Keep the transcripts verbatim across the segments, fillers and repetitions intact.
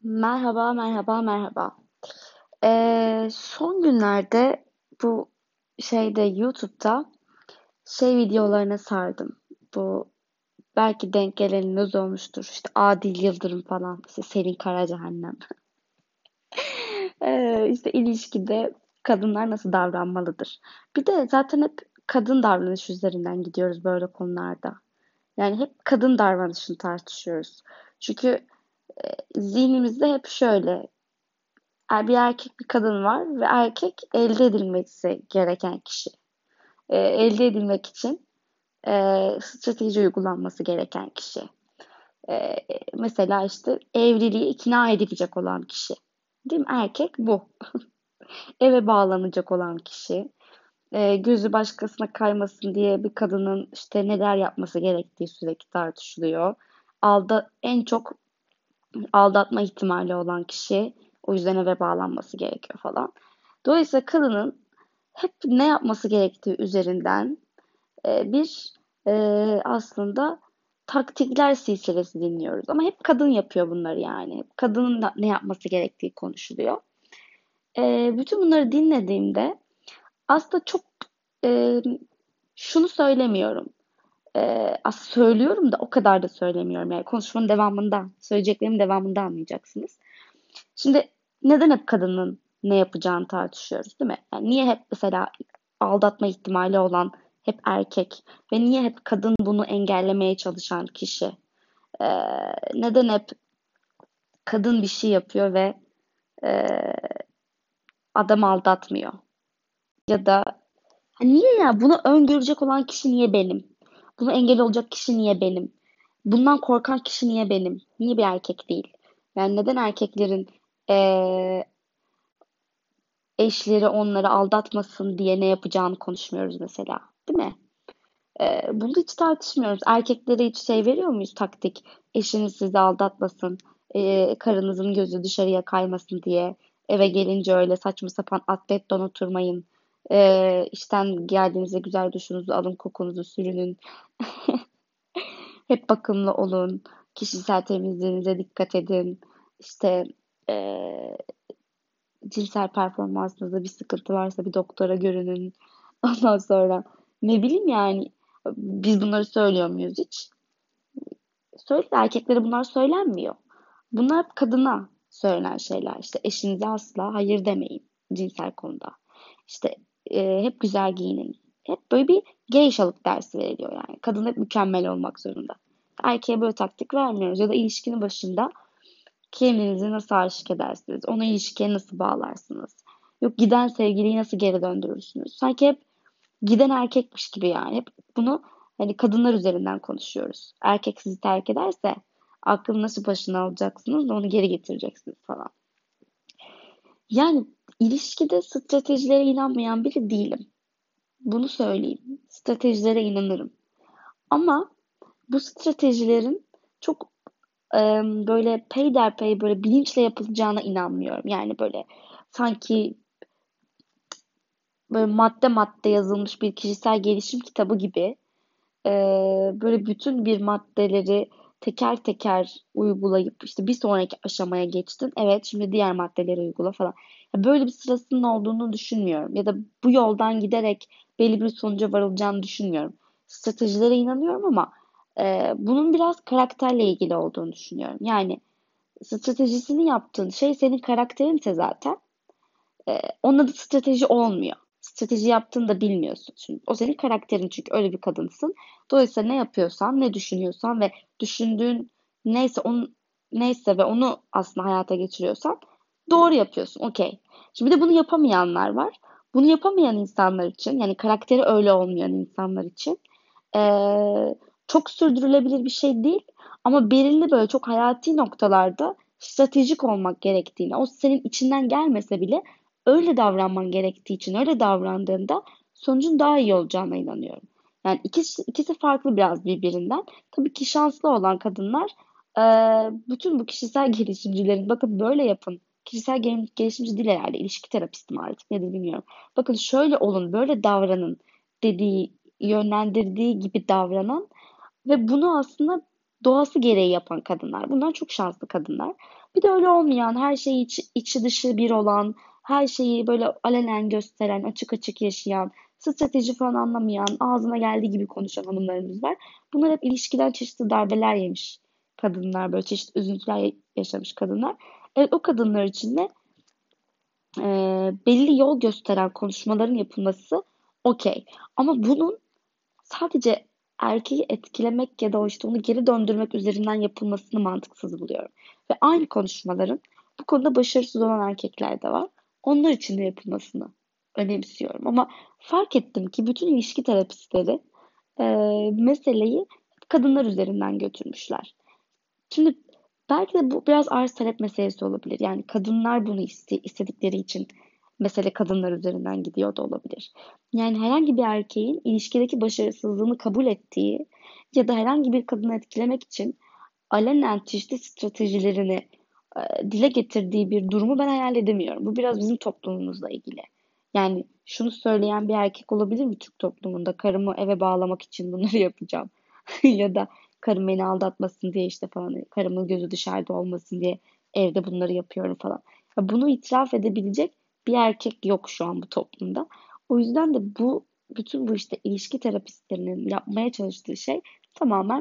Merhaba, merhaba, merhaba. Ee, son günlerde bu şeyde YouTube'da şey videolarına sardım. Bu belki denk geleniniz olmuştur. İşte Adil Yıldırım falan, işte Selin Karacaahnem. Ee, işte ilişkide kadınlar nasıl davranmalıdır? Bir de zaten hep kadın davranış üzerinden gidiyoruz böyle konularda. Yani hep kadın davranışını tartışıyoruz. Çünkü e, zihnimizde hep şöyle Er- bir erkek bir kadın var ve erkek elde edilmesi gereken kişi. Ee, elde edilmek için e, strateji uygulanması gereken kişi. Ee, Mesela işte evliliğe ikna edilecek olan kişi. Değil mi? Erkek bu. Eve bağlanacak olan kişi. Ee, gözü başkasına kaymasın diye bir kadının işte neler yapması gerektiği sürekli tartışılıyor. Alda, en çok aldatma ihtimali olan kişi. O yüzden eve bağlanması gerekiyor falan. Dolayısıyla kadının hep ne yapması gerektiği üzerinden e, bir e, aslında taktikler silsilesi dinliyoruz. Ama hep kadın yapıyor bunları yani. Hep kadının da ne yapması gerektiği konuşuluyor. E, bütün bunları dinlediğimde aslında çok e, şunu söylemiyorum. E, aslında söylüyorum da o kadar da söylemiyorum. Yani konuşmanın devamında, söyleyeceklerimin devamında anlayacaksınız. Şimdi neden hep kadının ne yapacağını tartışıyoruz, değil mi? Yani niye hep mesela aldatma ihtimali olan hep erkek ve niye hep kadın bunu engellemeye çalışan kişi? Ee, Neden hep kadın bir şey yapıyor ve e, adam aldatmıyor? Ya da "Ha, niye ya bunu öngörecek olan kişi niye benim? Bunu engel olacak kişi niye benim? Bundan korkan kişi niye benim? Niye bir erkek değil? Yani neden erkeklerin e, eşleri onları aldatmasın diye ne yapacağını konuşmuyoruz mesela, değil mi? Ee, bunu hiç tartışmıyoruz. Erkeklere hiç şey veriyor muyuz taktik? Eşiniz sizi aldatmasın, ee, karınızın gözü dışarıya kaymasın diye eve gelince öyle saçma sapan atlet oturmayın. Ee, işten geldiğinizde güzel duşunuzu alın, kokunuzu sürünün. Hep bakımlı olun. Kişisel temizliğinize dikkat edin. İşte ee, cinsel performansınızda bir sıkıntı varsa bir doktora görünün. Ondan sonra ne bileyim yani biz bunları söylüyor muyuz hiç? Söyle erkeklere bunlar söylenmiyor. Bunlar hep kadına söylenen şeyler. İşte eşinize asla hayır demeyin cinsel konuda. İşte e, hep güzel giyinin. Hep böyle bir geyşalık dersi veriliyor yani. Kadın hep mükemmel olmak zorunda. Erkeğe böyle taktik vermiyoruz. Ya da ilişkinin başında kendinizi nasıl aşık edersiniz? Onu ilişkiye nasıl bağlarsınız? Yok giden sevgiliyi nasıl geri döndürürsünüz? Sanki hep giden erkekmiş gibi yani. Hep bunu hani kadınlar üzerinden konuşuyoruz. Erkek sizi terk ederse aklını nasıl başına alacaksınız da onu geri getireceksiniz falan. Yani ilişkide stratejilere inanmayan biri değilim. Bunu söyleyeyim. Stratejilere inanırım. Ama bu stratejilerin çok e, böyle peyderpey böyle bilinçle yapılacağına inanmıyorum. Yani böyle sanki böyle madde madde yazılmış bir kişisel gelişim kitabı gibi e, böyle bütün bir maddeleri teker teker uygulayıp işte bir sonraki aşamaya geçtin. Evet, şimdi diğer maddeleri uygula falan. Ya böyle bir sırasının olduğunu düşünmüyorum. Ya da bu yoldan giderek belli bir sonuca varılacağını düşünmüyorum. Stratejilere inanıyorum ama e, bunun biraz karakterle ilgili olduğunu düşünüyorum. Yani stratejisini yaptığın şey senin karakterinse zaten e, onun adı strateji olmuyor. Strateji yaptığını da bilmiyorsun. Çünkü o senin karakterin çünkü öyle bir kadınsın. Dolayısıyla ne yapıyorsan, ne düşünüyorsan ve düşündüğün neyse onun neyse ve onu aslında hayata geçiriyorsan doğru yapıyorsun. Okey. Şimdi bir de bunu yapamayanlar var. Bunu yapamayan insanlar için yani karakteri öyle olmayan insanlar için eee, çok sürdürülebilir bir şey değil. Ama belirli böyle çok hayati noktalarda stratejik olmak gerektiğini, o senin içinden gelmese bile öyle davranman gerektiği için öyle davrandığında sonucun daha iyi olacağına inanıyorum. Yani ikisi, ikisi farklı biraz birbirinden. Tabii ki şanslı olan kadınlar eee, bütün bu kişisel gelişimcilerin bakın böyle yapın. Kişisel gel- gelişimci değil herhalde. İlişki terapisti mi artık nedir bilmiyorum. Bakın şöyle olun, böyle davranın dediği, yönlendirdiği gibi davranan ve bunu aslında doğası gereği yapan kadınlar. Bunlar çok şanslı kadınlar. Bir de öyle olmayan, her şeyi iç, içi dışı bir olan, her şeyi böyle alenen gösteren, açık açık yaşayan, strateji falan anlamayan, ağzına geldiği gibi konuşan hanımlarımız var. Bunlar hep ilişkiden çeşitli darbeler yemiş kadınlar, böyle çeşitli üzüntüler yaşamış kadınlar. Evet, o kadınlar için de e, belli yol gösteren konuşmaların yapılması okey. Ama bunun sadece erkeği etkilemek ya da o işte onu geri döndürmek üzerinden yapılmasını mantıksız buluyorum. Ve aynı konuşmaların bu konuda başarısız olan erkekler de var. Onlar için de yapılmasını önemsiyorum. Ama fark ettim ki bütün ilişki terapistleri e, meseleyi kadınlar üzerinden götürmüşler. Şimdi belki de bu biraz arz talep meselesi olabilir. Yani kadınlar bunu iste- istedikleri için mesele kadınlar üzerinden gidiyor da olabilir. Yani herhangi bir erkeğin ilişkideki başarısızlığını kabul ettiği ya da herhangi bir kadını etkilemek için alenen çeşitli stratejilerini e, dile getirdiği bir durumu ben hayal edemiyorum. Bu biraz bizim toplumumuzla ilgili. Yani şunu söyleyen bir erkek olabilir mi Türk toplumunda? Karımı eve bağlamak için bunları yapacağım. Ya da karım beni aldatmasın diye işte falan, karımın gözü dışarıda olmasın diye evde bunları yapıyorum falan. Ya bunu itiraf edebilecek bir erkek yok şu an bu toplumda. O yüzden de bu bütün bu işte ilişki terapistlerinin yapmaya çalıştığı şey tamamen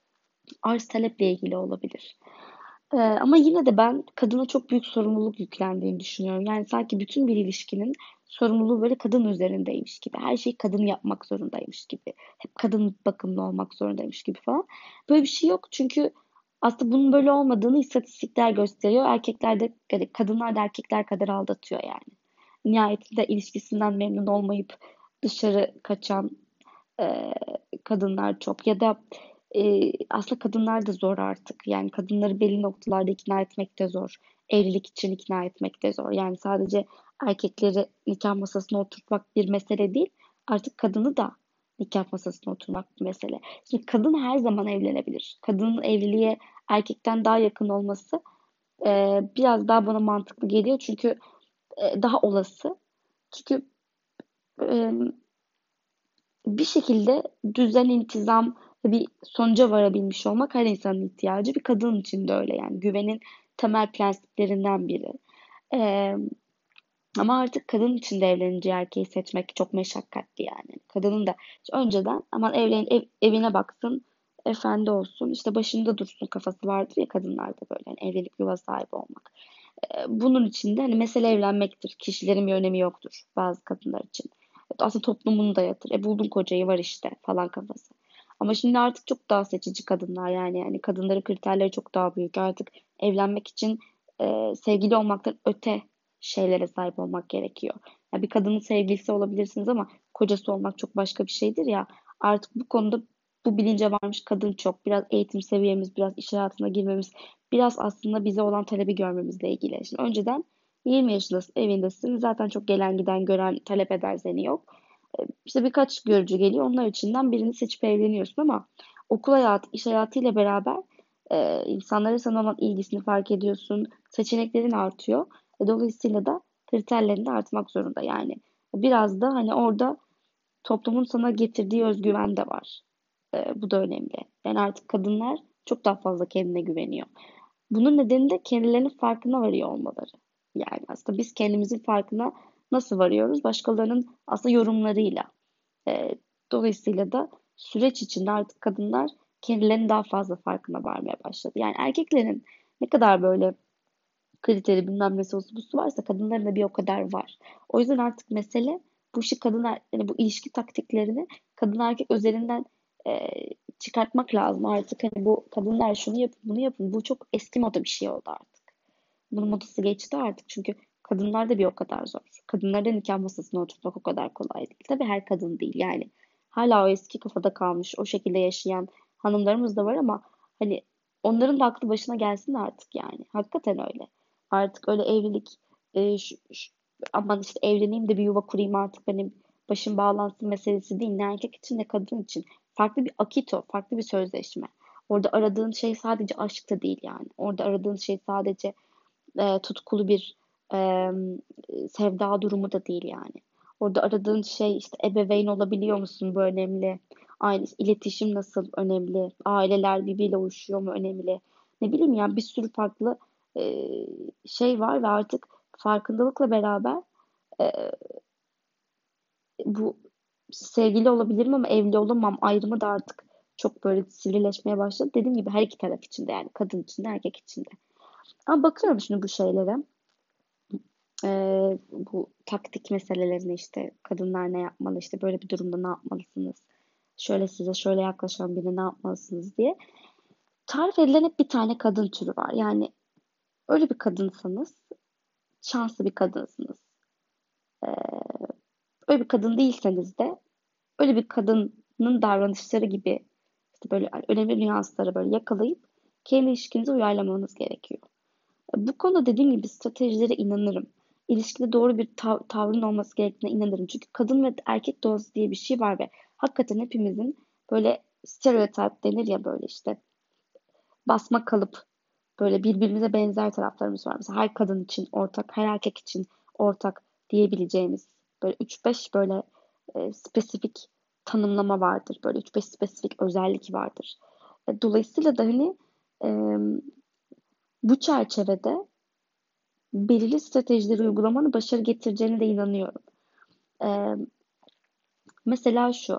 arz taleple ilgili olabilir. Ee, ama yine de ben kadına çok büyük sorumluluk yüklendiğini düşünüyorum. Yani sanki bütün bir ilişkinin sorumluluğu böyle kadın üzerindeymiş gibi. Her şeyi kadın yapmak zorundaymış gibi. Hep kadın bakımlı olmak zorundaymış gibi falan. Böyle bir şey yok. Çünkü aslında bunun böyle olmadığını istatistikler gösteriyor. Erkekler de, yani kadınlar da erkekler kadar aldatıyor yani. Nihayetinde ilişkisinden memnun olmayıp dışarı kaçan e, kadınlar çok. Ya da e, aslında kadınlar da zor artık. Yani kadınları belli noktalarda ikna etmek de zor. Evlilik için ikna etmek de zor. Yani sadece erkekleri nikah masasına oturtmak bir mesele değil. Artık kadını da nikah masasına oturmak bir mesele. Şimdi kadın her zaman evlenebilir. Kadının evliliğe erkekten daha yakın olması e, biraz daha bana mantıklı geliyor. Çünkü e, daha olası. Çünkü e, bir şekilde düzen, intizam ve bir sonuca varabilmiş olmak her insanın ihtiyacı. Bir kadın için de öyle yani. Güvenin temel prensiplerinden biri. Ee, Ama artık kadın için de evleneceği erkeği seçmek çok meşakkatli yani. Kadının da işte önceden aman evlen, ev, evine baksın, efendi olsun, işte başında dursun kafası vardır ya kadınlarda böyle. Yani evlenip yuva sahibi olmak. Ee, bunun için de hani mesele evlenmektir. Kişilerin bir önemi yoktur bazı kadınlar için. Aslında toplumun dayatır. E buldun kocayı var işte falan kafası. Ama şimdi artık çok daha seçici kadınlar yani yani kadınların kriterleri çok daha büyük. Artık evlenmek için e, sevgili olmaktan öte şeylere sahip olmak gerekiyor. Yani bir kadının sevgilisi olabilirsiniz ama kocası olmak çok başka bir şeydir ya. Artık bu konuda bu bilince varmış kadın çok. Biraz eğitim seviyemiz, biraz iş hayatına girmemiz, biraz aslında bize olan talebi görmemizle ilgili. Şimdi önceden yirmi yaşındasın, evindesin. Zaten çok gelen giden gören talep eder seni yok. E, İşte birkaç görücü geliyor. Onlar içinden birini seçip evleniyorsun ama okul hayatı, iş hayatıyla beraber e, insanların sana olan ilgisini fark ediyorsun. Seçeneklerin artıyor. E, Dolayısıyla da kriterlerin de artmak zorunda yani. Biraz da hani orada toplumun sana getirdiği özgüven de var. E, bu da önemli. Yani artık kadınlar çok daha fazla kendine güveniyor. Bunun nedeni de kendilerinin farkına varıyor olmaları. Yani aslında biz kendimizin farkına nasıl varıyoruz? Başkalarının aslında yorumlarıyla. E, Dolayısıyla da süreç içinde artık kadınlar kendilerinin daha fazla farkına varmaya başladı. Yani erkeklerin ne kadar böyle kriteri bilmem nesi olsun busu varsa kadınların da bir o kadar var. O yüzden artık mesele bu işi kadın er- yani bu ilişki taktiklerini kadın erkek özelinden e, çıkartmak lazım. Artık hani bu kadınlar şunu yapın bunu yapın. Bu çok eski moda bir şey oldu artık. Bunun modası geçti artık çünkü kadınlar da bir o kadar zor. Kadınları da nikah masasına oturtmak o kadar kolay değil. Tabii her kadın değil yani. Hala o eski kafada kalmış, o şekilde yaşayan hanımlarımız da var ama hani onların da aklı başına gelsin artık yani. Hakikaten öyle. Artık öyle evlilik, e, şu, şu- aman işte evleneyim de bir yuva kurayım artık benim başım bağlansın meselesi değil. Ne erkek için ne kadın için. Farklı bir akito, farklı bir sözleşme. Orada aradığın şey sadece aşk da değil yani. Orada aradığın şey sadece e, tutkulu bir e, sevda durumu da değil yani. Orada aradığın şey işte ebeveyn olabiliyor musun? Bu önemli. Aile, iletişim nasıl önemli, aileler birbiriyle uyuşuyor mu önemli. Ne bileyim ya bir sürü farklı e, şey var ve artık farkındalıkla beraber e, bu sevgili olabilirim ama evli olamam ayrımı da artık çok böyle sivrileşmeye başladı. Dediğim gibi her iki taraf için de yani kadın için de erkek için de. Ama bakıyorum şimdi bu şeylere. Ee, bu taktik meselelerine işte kadınlar ne yapmalı işte böyle bir durumda ne yapmalısınız şöyle size şöyle yaklaşan biri ne yapmalısınız diye tarif edilen hep bir tane kadın türü var. Yani öyle bir kadınsanız şanslı bir kadınsınız. Ee, öyle bir kadın değilseniz de öyle bir kadının davranışları gibi işte böyle önemli nüansları böyle yakalayıp kendi ilişkinize uyarlamanız gerekiyor. Bu konuda dediğim gibi stratejilere inanırım. İlişkide doğru bir tav- tavrın olması gerektiğine inanırım. Çünkü kadın ve erkek doğası diye bir şey var ve hakikaten hepimizin böyle stereotip denir ya böyle işte basma kalıp böyle birbirimize benzer taraflarımız var. Mesela her kadın için ortak, her erkek için ortak diyebileceğimiz böyle üç beş böyle e, spesifik tanımlama vardır. Böyle üç beş spesifik özellik vardır. E, Dolayısıyla da hani e, bu çerçevede belirli stratejileri uygulamanın başarı getireceğine de inanıyorum. Ee, mesela şu,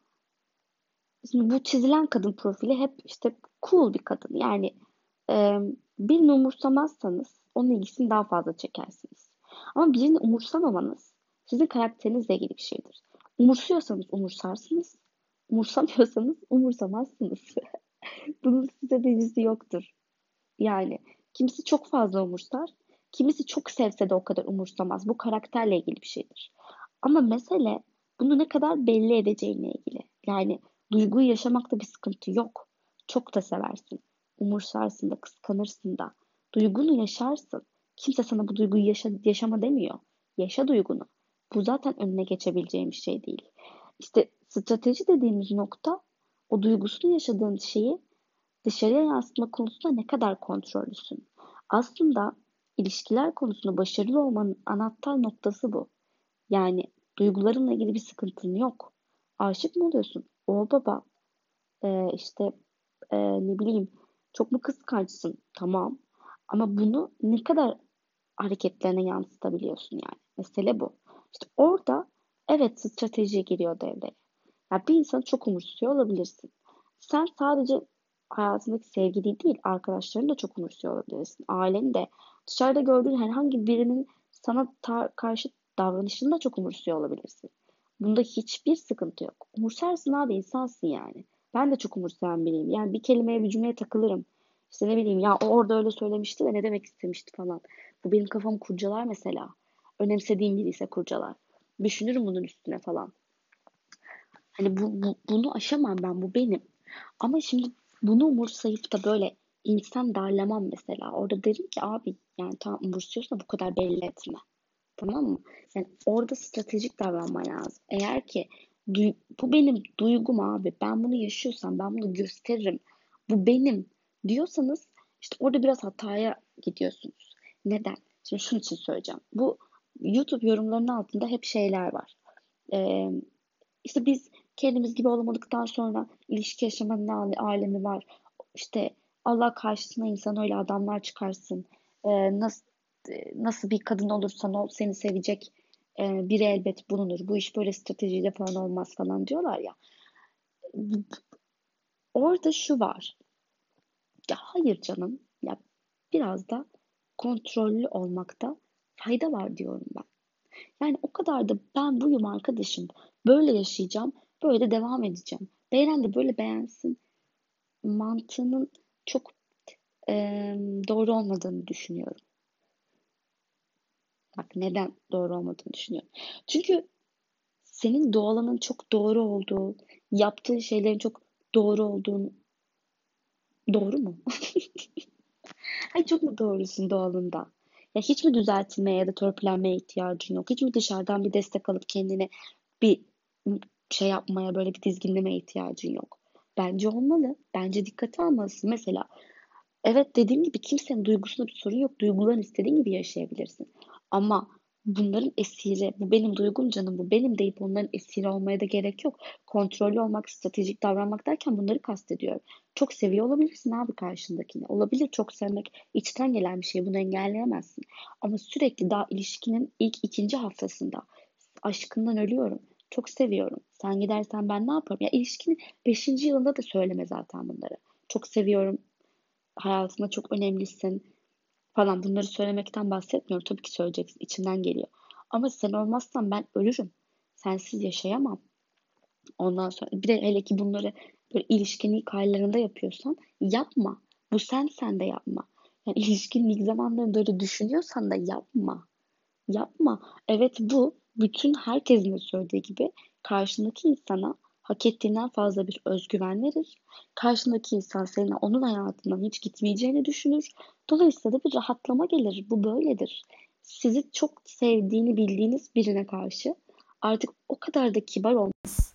şimdi bu çizilen kadın profili hep işte cool bir kadın. Yani e, birini umursamazsanız onun ilgisini daha fazla çekersiniz. Ama birini umursamamanız sizin karakterinizle ilgili bir şeydir. Umursuyorsanız umursarsınız, umursamıyorsanız umursamazsınız. Bunun size delisi yoktur. Yani kimisi çok fazla umursar, kimisi çok sevse de o kadar umursamaz. Bu karakterle ilgili bir şeydir. Ama mesele bunu ne kadar belli edeceğinle ilgili. Yani duyguyu yaşamakta bir sıkıntı yok. Çok da seversin. Umursarsın da, kıskanırsın da. Duygunu yaşarsın. Kimse sana bu duyguyu yaşa, yaşama demiyor. Yaşa duygunu. Bu zaten önüne geçebileceğim bir şey değil. İşte strateji dediğimiz nokta o duygusunu yaşadığın şeyi dışarıya yansıtma konusunda ne kadar kontrollüsün? Aslında ilişkiler konusunda başarılı olmanın anahtar noktası bu. Yani duygularınla ilgili bir sıkıntın yok. Aşık mı oluyorsun? O baba. Ee, işte e, ne bileyim çok mu kıskançsın? Tamam. Ama bunu ne kadar hareketlerine yansıtabiliyorsun yani. Mesele bu. İşte orada evet strateji giriyor devreye. Ya bir insanı çok umursuyor olabilirsin. Sen sadece hayatındaki sevgili değil, arkadaşlarını da çok umursuyor olabilirsin. Aileni de, dışarıda gördüğün herhangi birinin sana ta- karşı davranışını da çok umursuyor olabilirsin. Bunda hiçbir sıkıntı yok. Umursarsın abi, insansın yani. Ben de çok umursayan biriyim. Yani bir kelimeye, bir cümleye takılırım. İşte ne bileyim ya o orada öyle söylemişti de ne demek istemişti falan. Bu benim kafamı kurcalar mesela. Önemsediğim biri ise kurcalar. Düşünürüm bunun üstüne falan. Hani bu, bu- bunu aşamam ben, bu benim. Ama şimdi bunu umursayıp da böyle insan darlamam mesela. Orada derim ki abi yani tamam umursuyorsan bu kadar belli etme. Tamam mı? Yani orada stratejik davranman lazım. Eğer ki duy- bu benim duygum abi. Ben bunu yaşıyorsam ben bunu gösteririm. Bu benim diyorsanız işte orada biraz hataya gidiyorsunuz. Neden? Şimdi şunun için söyleyeceğim. Bu YouTube yorumlarının altında hep şeyler var. Ee, işte biz kendimiz gibi olamadıktan sonra ilişki yaşamanın ne alemi var. İşte Allah karşısına insan öyle adamlar çıkarsın. Ee, nasıl nasıl bir kadın olursan ol seni sevecek e, biri elbet bulunur. Bu iş böyle stratejiyle falan olmaz falan diyorlar ya. Orada şu var. Ya hayır canım. Ya biraz da kontrollü olmakta fayda var diyorum ben. Yani o kadar da ben buyum arkadaşım. Böyle yaşayacağım. Böyle de devam edeceğim. Beğenen de böyle beğensin. Mantığının çok eee, doğru olmadığını düşünüyorum. Bak neden doğru olmadığını düşünüyorum. Çünkü senin doğalının çok doğru olduğu, yaptığın şeylerin çok doğru olduğunu doğru mu? Ay çok mu doğrusun doğalında? Ya hiç mi düzeltilmeye ya da törpülenmeye ihtiyacın yok? Hiç mi dışarıdan bir destek alıp kendine bir şey yapmaya, böyle bir dizginlemeye ihtiyacın yok? Bence olmalı. Bence dikkate almalısın. Mesela evet dediğim gibi kimsenin duygusunda bir sorun yok. Duygularını istediğin gibi yaşayabilirsin. Ama bunların esiri, bu benim duygum canım, bu benim deyip onların esiri olmaya da gerek yok. Kontrollü olmak, stratejik davranmak derken bunları kastediyorum. Çok seviyor olabilirsin abi karşındakini. Olabilir, çok sevmek içten gelen bir şey, bunu engelleyemezsin. Ama sürekli daha ilişkinin ilk ikinci haftasında aşkından ölüyorum, çok seviyorum, sen gidersen ben ne yaparım? Ya ilişkinin beşinci yılında da söyleme zaten bunları. Çok seviyorum, hayatımda çok önemlisin falan, bunları söylemekten bahsetmiyorum. Tabii ki söyleyeceksin, içinden geliyor. Ama sen olmazsan ben ölürüm. Sensiz yaşayamam. Ondan sonra bir de hele ki bunları böyle ilişkinin ilk aylarında yapıyorsan yapma. Bu sen sen de yapma. Yani ilişkinin ilk zamanlarında öyle düşünüyorsan da yapma. Yapma. Evet, bu bütün herkesin de söylediği gibi karşındaki insana hak ettiğinden fazla bir özgüven verir. Karşındaki insan senin onun hayatından hiç gitmeyeceğini düşünür. Dolayısıyla da bir rahatlama gelir. Bu böyledir. Sizi çok sevdiğini bildiğiniz birine karşı artık o kadar da kibar olmanız